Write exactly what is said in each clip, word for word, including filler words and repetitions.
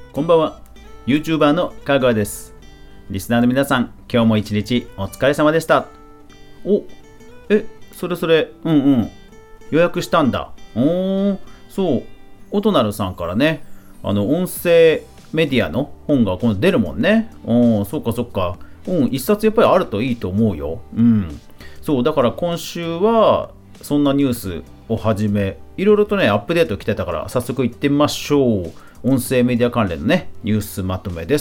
こんばんは。 YouTuber のかぐわです。リスナーの皆さん、今日も一日お疲れ様でした。お、え、それそれ、うんうん、予約したんだ。おー、そう、おとなるさんからね、あの音声メディアの本が今度出るもんね。おー、そっかそっか。うん、一冊やっぱりあるといいと思うよ。うん、そうだから今週はそんなニュースをはじめ、いろいろとねアップデート来てたから、早速行ってみましょう。音声メディア関連のねニュースまとめです。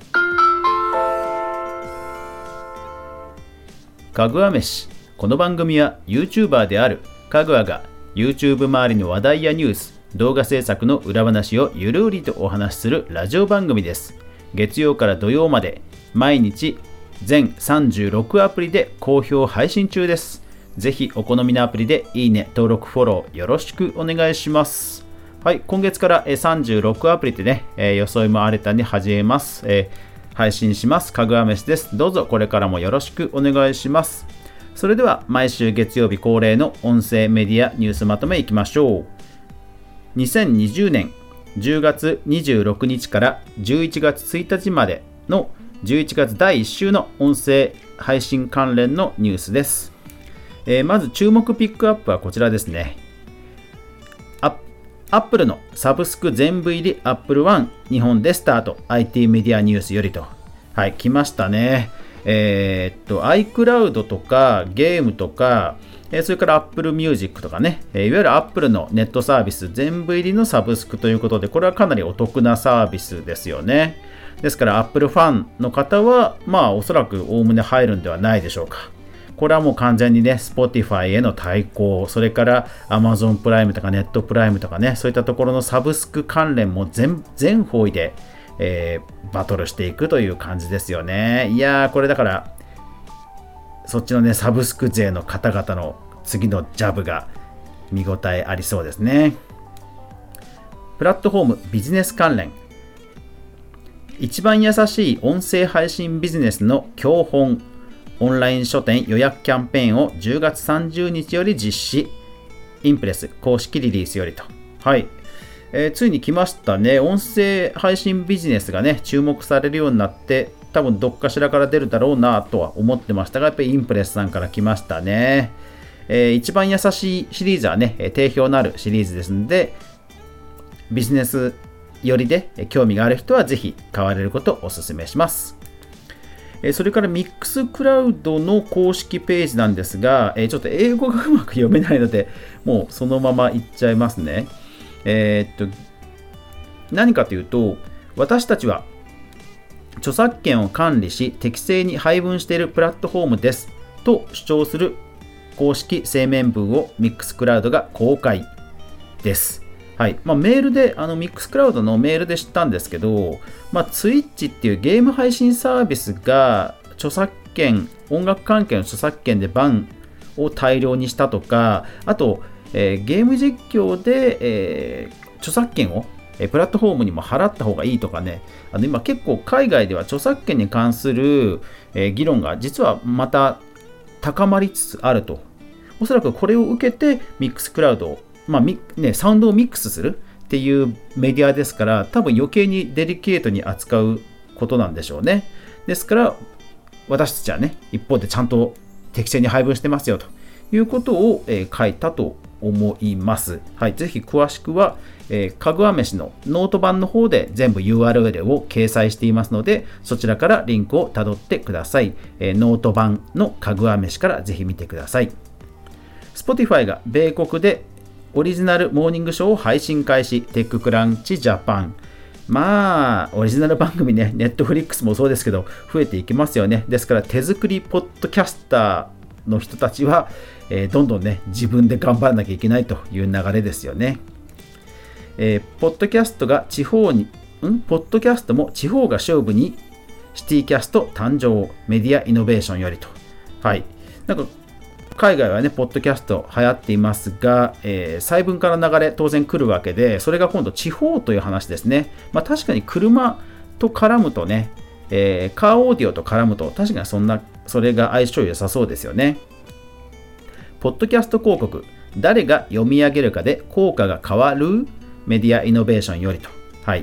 かぐわ飯。この番組は YouTuber であるかぐわが YouTube 周りの話題やニュース、動画制作の裏話をゆるりとお話しするラジオ番組です。月曜から土曜まで毎日全さんじゅうろくアプリで好評配信中です。ぜひお好みのアプリでいいね、登録、フォローよろしくお願いします。はい、今月からさんじゅうろくアプリでね、えー、装いもあれたに始めます、えー、配信します。かぐわ飯です。どうぞこれからもよろしくお願いします。それでは毎週月曜日恒例の音声メディアニュースまとめいきましょう。にせんにじゅうねんじゅうがつにじゅうろくにちからじゅういちがつついたちまでのじゅういちがつだいいっ週の音声配信関連のニュースです。えー、まず注目ピックアップはこちらですね。アップルのサブスク全部入り アップルワン 日本でスタート。 アイティー メディアニュースよりと。はい、来ましたね。えー、っと iCloud とかゲームとか、えー、それから Apple Music とかね、えー、いわゆる Apple のネットサービス全部入りのサブスクということで、これはかなりお得なサービスですよね。ですから Apple ファンの方はまあおそらくおおむね入るんではないでしょうか。これはもう完全にね、Spotify への対抗、それから Amazon プライムとかネットプライムとかね、そういったところのサブスク関連も 全, 全方位で、えー、バトルしていくという感じですよね。いやー、これだから、そっちのね、サブスク勢の方々の次のジャブが見応えありそうですね。プラットフォームビジネス関連。一番優しい音声配信ビジネスの教本。オンライン書店予約キャンペーンをじゅうがつさんじゅうにちより実施。インプレス公式リリースよりと。はい、えー、ついに来ましたね。音声配信ビジネスがね、注目されるようになって、多分どっかしらから出るだろうなとは思ってましたが、やっぱりインプレスさんから来ましたね。えー、一番優しいシリーズはね、定評のあるシリーズですので、ビジネスよりで興味がある人はぜひ買われることをお勧めします。それからミックスクラウドの公式ページなんですが、ちょっと英語がうまく読めないので、もうそのままいっちゃいますね。えー、っと、何かというと、私たちは著作権を管理し、適正に配分しているプラットフォームですと主張する公式声明文をミックスクラウドが公開です。はい、まあ、メールで、あのミックスクラウドのメールで知ったんですけど、まあ、Twitch っていうゲーム配信サービスが著作権、音楽関係の著作権でバンを大量にしたとか、あと、えー、ゲーム実況で、えー、著作権を、えー、プラットフォームにも払った方がいいとかね、あの今結構海外では著作権に関する、えー、議論が実はまた高まりつつあると。おそらくこれを受けてミックスクラウドをまあね、サウンドをミックスするっていうメディアですから、多分余計にデリケートに扱うことなんでしょうね。ですから私たちはね、一方でちゃんと適正に配分してますよということを、えー、書いたと思います。はい、ぜひ詳しくは、えー、かぐわ飯のノート版の方で全部 ユーアールエル を掲載していますので、そちらからリンクをたどってください。えー、ノート版のかぐわ飯からぜひ見てください。Spotify が米国でオリジナルモーニングショーを配信開始。テッククランチジャパン。まあオリジナル番組ね、ネットフリックスもそうですけど増えていきますよね。ですから手作りポッドキャスターの人たちは、えー、どんどんね自分で頑張らなきゃいけないという流れですよね。えー、ポッドキャストが地方にんポッドキャストも地方が勝負に。シティキャスト誕生。メディアイノベーションよりと。はい、なんか海外はね、ポッドキャスト流行っていますが、えー、細分化の流れ当然来るわけで、それが今度地方という話ですね。まあ確かに車と絡むとね、えー、カーオーディオと絡むと確かにそんな、それが相性良さそうですよね。ポッドキャスト広告、誰が読み上げるかで効果が変わる。メディアイノベーションよりと。はい。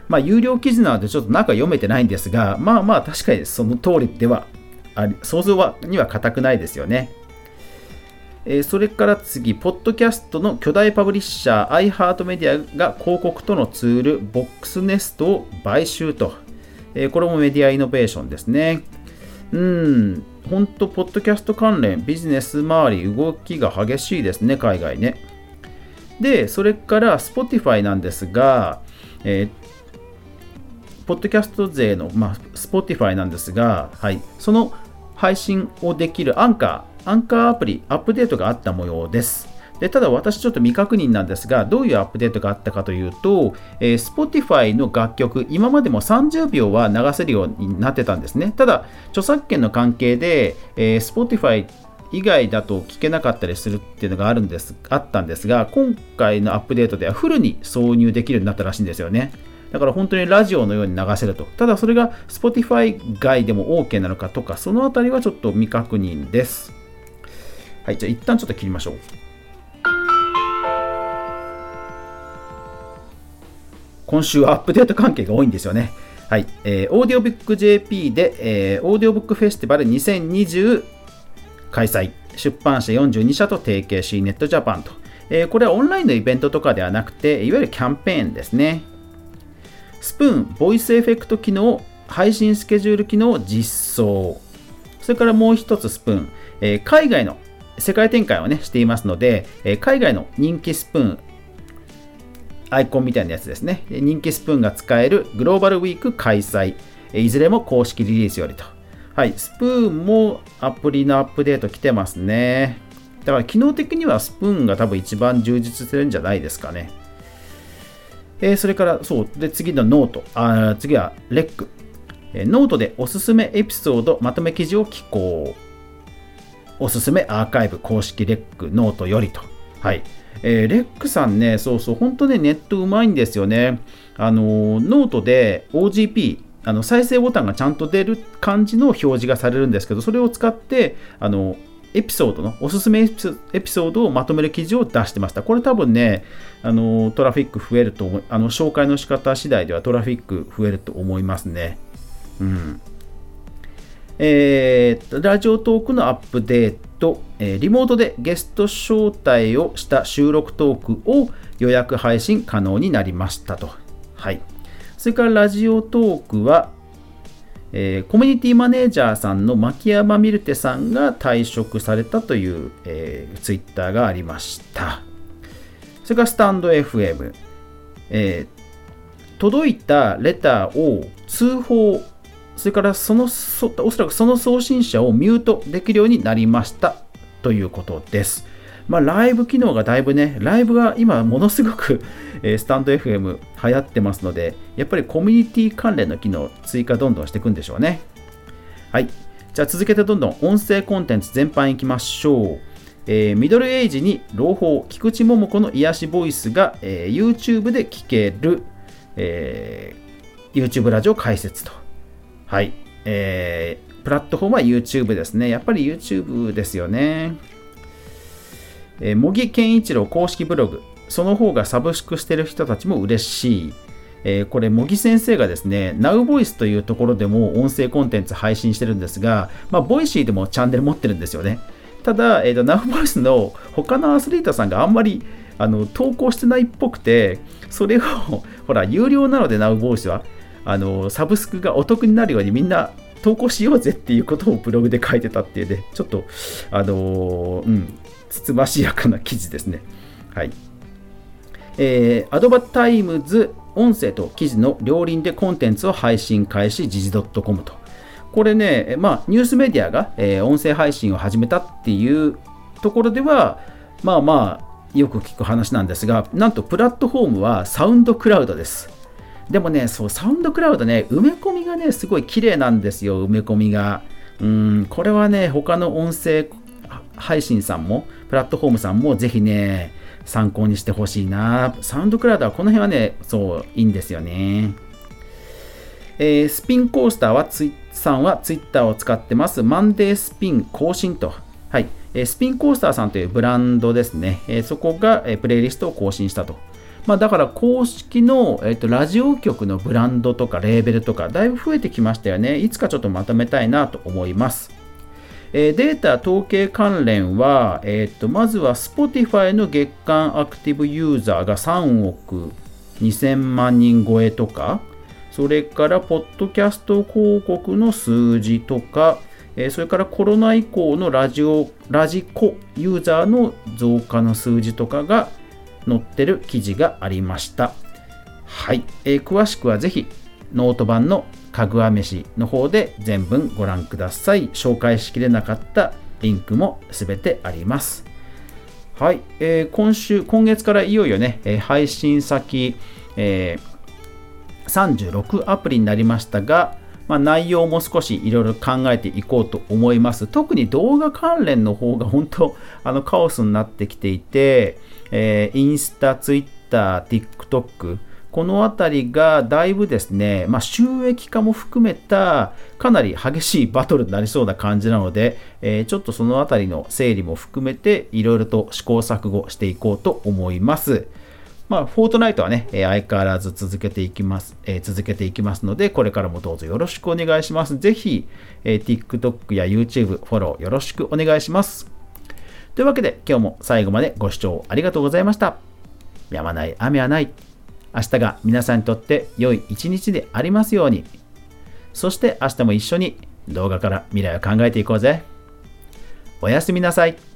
まあ、有料記事なのでちょっと中読めてないんですが、まあまあ確かにその通りではあり、想像はには固くないですよね。えー、それから次、ポッドキャストの巨大パブリッシャー、iHeart メディアが広告とのツール、ボックスネストを買収と。えー、これもメディアイノベーションですね。うん、本当、ポッドキャスト関連、ビジネス周り、動きが激しいですね、海外ね。で、それから Spotify なんですが、えーポッドキャスト勢の、まあ、Spotify なんですが、はい、その配信をできるアンカー、アンカーアプリ、アップデートがあった模様です。で、ただ私ちょっと未確認なんですが、どういうアップデートがあったかというと、えー、Spotify の楽曲、今までもさんじゅうびょうは流せるようになってたんですね。ただ、著作権の関係で、えー、Spotify 以外だと聞けなかったりするっていうのがあるんです、あったんですが、今回のアップデートではフルに挿入できるようになったらしいんですよね。だから本当にラジオのように流せると。ただそれが Spotify 外でも OK なのかとか、そのあたりはちょっと未確認です。はい、じゃあ一旦ちょっと切りましょう。今週はアップデート関係が多いんですよね。はい、えー、オーディオブック ジェーピー で、えー、オーディオブックフェスティバルにせんにじゅう開催。出版社よんじゅうにしゃと提携 シーネット ジャパンと。えー、これはオンラインのイベントとかではなくて、いわゆるキャンペーンですね。スプーン、ボイスエフェクト機能、配信スケジュール機能を実装。それからもう一つスプーン、えー、海外の世界展開をね、していますので、えー、海外の人気スプーン、アイコンみたいなやつですね。人気スプーンが使えるグローバルウィーク開催。いずれも公式リリースよりと。はい、スプーンもアプリのアップデート来てますね。だから機能的にはスプーンが多分一番充実してるんじゃないですかね。えー、それから、そう。で、次のノート。あ次はレック、えー。ノートでおすすめエピソード、まとめ記事を寄稿。おすすめアーカイブ、公式レック、ノートよりと。はい。えー、レックさんね、そうそう、本当ね、ネットうまいんですよね。あのー、ノートで オージーピー、あの再生ボタンがちゃんと出る感じの表示がされるんですけど、それを使って、あのエピソードのおすすめエピソードをまとめる記事を出してました。これ多分ね、あのトラフィック増えると思い、あの紹介の仕方次第ではトラフィック増えると思いますね。うん。えー、ラジオトークのアップデート、えー、リモートでゲスト招待をした収録トークを予約配信可能になりましたと。はい。それからラジオトークは、えー、コミュニティマネージャーさんの牧山ミルテさんが退職されたという、えー、ツイッターがありました。それからスタンド エフエム、えー、届いたレターを通報、それからそのそおそらくその送信者をミュートできるようになりましたということです。まあ、ライブ機能がだいぶね、ライブが今ものすごく、えー、スタンド エフエム 流行ってますので、やっぱりコミュニティ関連の機能追加どんどんしていくんでしょうね。はい。じゃあ続けてどんどん音声コンテンツ全般いきましょう。えー、ミドルエイジに朗報、菊池桃子の癒しボイスが、えー、YouTube で聞ける、えー、YouTube ラジオ解説と。はい。えー、プラットフォームは YouTube ですね。やっぱり YouTube ですよね。えー、茂木健一郎公式ブログ、その方がサブスクしてる人たちも嬉しい。えー、これ、茂木先生がですね、NowVoice というところでも音声コンテンツ配信してるんですが、まあ、ボイシーでもチャンネル持ってるんですよね。ただ、えーと、NowVoice の他のアスリートさんがあんまりあの投稿してないっぽくて、それを、ほら、有料なので NowVoice は、あのサブスクがお得になるようにみんな投稿しようぜっていうことをブログで書いてたっていうね、ちょっと、あのー、うん、つつましやかな記事ですね。はい。えー、アドバタイムズ音声と記事の両輪でコンテンツを配信開始、時事 .com と。これね、まあ、ニュースメディアが、えー、音声配信を始めたっていうところでは、まあまあ、よく聞く話なんですが、なんとプラットフォームはサウンドクラウドです。でもね、そう、サウンドクラウドね、埋め込みがね、すごい綺麗なんですよ、埋め込みが。うーん、これはね、他の音声配信さんも、プラットフォームさんもぜひね、参考にしてほしいな。サウンドクラウドはこの辺はね、そう、いいんですよね。えー、スピンコースターはツイさんはツイッターを使ってます。マンデースピン更新と。はい。えー、スピンコースターさんというブランドですね。えー、そこが、えー、プレイリストを更新したと。 まあ、だから公式の、えーと、ラジオ局のブランドとかレーベルとかだいぶ増えてきましたよね。いつかちょっとまとめたいなと思います。えー、データ統計関連は、えーと、まずは Spotify の月間アクティブユーザーがさんおくにせんまんにん超えとか、それからポッドキャスト広告の数字とか、えー、それからコロナ以降のラジオラジコユーザーの増加の数字とかが載ってる記事がありました。はい、えー、詳しくはぜひノート版のかぐわ飯の方で全文ご覧ください。紹介しきれなかったリンクもすべてあります。はい、えー、今週今月からいよいよね、えー、配信先、えー、さんじゅうろくアプリになりましたが、まあ、内容も少しいろいろ考えていこうと思います。特に動画関連の方が本当あのカオスになってきていて、えー、インスタ、ツイッター、TikTok、このあたりがだいぶですね、まあ、収益化も含めたかなり激しいバトルになりそうな感じなので、えー、ちょっとそのあたりの整理も含めていろいろと試行錯誤していこうと思います。まあ、フォートナイトはね、相変わらず続けていきます、えー、続けていきますので、これからもどうぞよろしくお願いします。ぜひ、えー、TikTok や YouTube フォローよろしくお願いします。というわけで、今日も最後までご視聴ありがとうございました。やまない雨はない。明日が皆さんにとって良い一日でありますように。そして明日も一緒に動画から未来を考えていこうぜ。おやすみなさい。